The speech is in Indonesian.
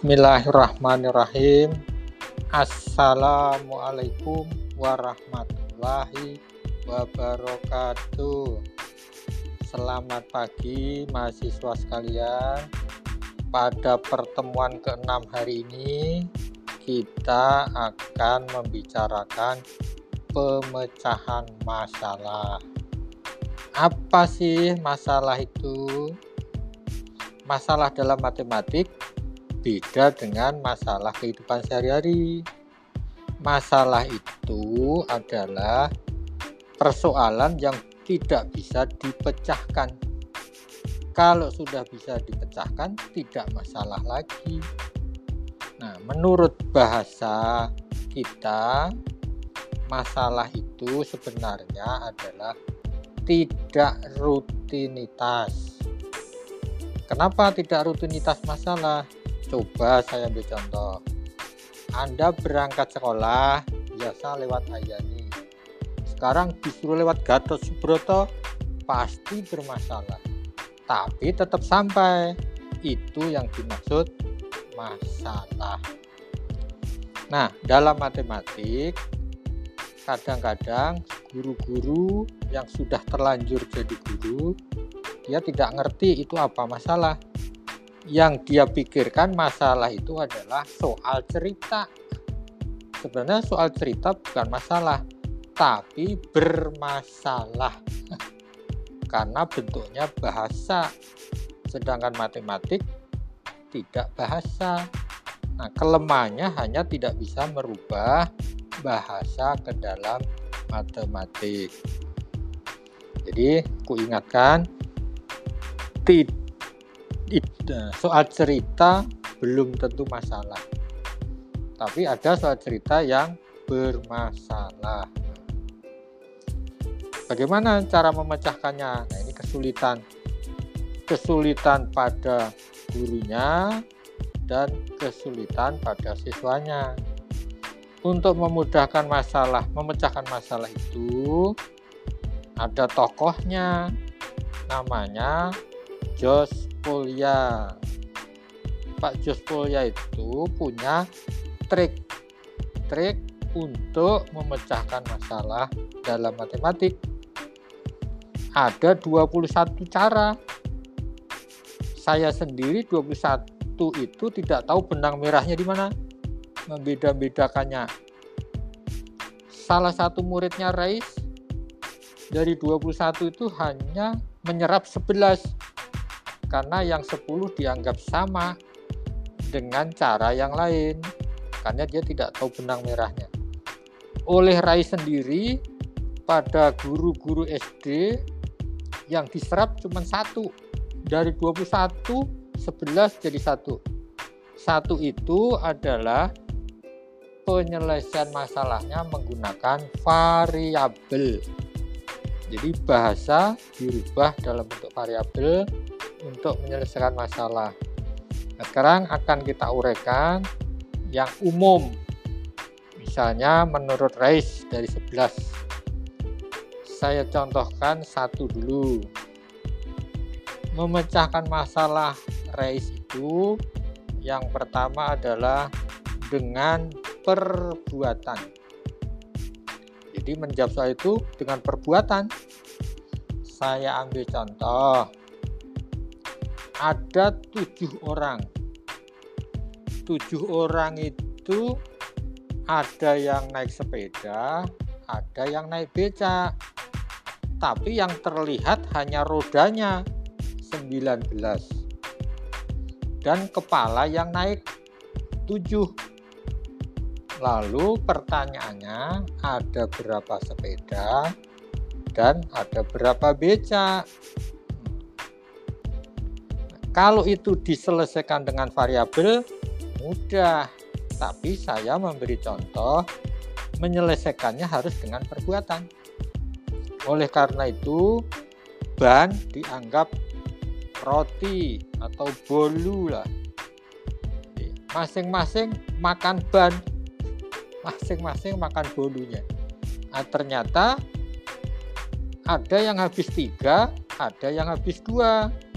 Bismillahirrahmanirrahim. Assalamualaikum warahmatullahi wabarakatuh. Selamat pagi mahasiswa sekalian. Pada pertemuan ke-6 hari ini kita akan membicarakan pemecahan masalah. Apa sih masalah itu? Masalah dalam matematik beda dengan masalah kehidupan sehari-hari. Masalah itu adalah persoalan yang tidak bisa dipecahkan. Kalau sudah bisa dipecahkan, tidak masalah lagi. Nah, menurut bahasa kita, masalah itu sebenarnya adalah tidak rutinitas. Kenapa tidak rutinitas masalah? Coba saya ambil contoh. Anda berangkat sekolah biasa lewat Ayani. Sekarang disuruh lewat Gatot Subroto, pasti bermasalah. Tapi tetap sampai. Itu yang dimaksud masalah. Nah, dalam matematik kadang-kadang guru-guru yang sudah terlanjur jadi guru, dia tidak ngerti itu apa masalah. Yang dia pikirkan masalah itu adalah soal cerita. Sebenarnya soal cerita bukan masalah, tapi bermasalah. Karena bentuknya bahasa. Sedangkan matematik tidak bahasa. Nah, kelemahannya hanya tidak bisa merubah bahasa ke dalam matematik. Jadi, ku ingatkan, soal cerita belum tentu masalah, tapi ada soal cerita yang bermasalah. Bagaimana cara memecahkannya? Nah, ini kesulitan pada gurunya dan kesulitan pada siswanya. Untuk memecahkan masalah itu ada tokohnya, namanya Jos Polya. Pak Jos Polya itu punya trik untuk memecahkan masalah dalam matematik. Ada 21 cara. Saya sendiri 21 itu tidak tahu benang merahnya di mana, membeda-bedakannya. Salah satu muridnya Rais dari 21 itu hanya menyerap 11. Karena yang 10 dianggap sama dengan cara yang lain, karena dia tidak tahu benang merahnya. Oleh Rai sendiri, pada guru-guru SD yang diserap cuma 1. Dari 21, 11 jadi 1. 1 itu adalah penyelesaian masalahnya menggunakan variabel. Jadi bahasa dirubah dalam bentuk variabel untuk menyelesaikan masalah. Nah, sekarang akan kita uraikan yang umum. Misalnya menurut Rais dari 11. Saya contohkan 1 dulu. Memecahkan masalah Rais itu yang pertama adalah dengan perbuatan. Jadi menjawab soal itu dengan perbuatan. Saya ambil contoh. Ada 7 orang. 7 orang itu ada yang naik sepeda, ada yang naik becak. Tapi yang terlihat hanya rodanya 19. Dan kepala yang naik 7. Lalu pertanyaannya, ada berapa sepeda dan ada berapa becak? Kalau itu diselesaikan dengan variabel, mudah. Tapi saya memberi contoh, menyelesaikannya harus dengan perbuatan. Oleh karena itu, ban dianggap roti atau bolu lah. Masing-masing makan ban, masing-masing makan bolunya. Nah, ternyata ada yang habis 3, ada yang habis 2.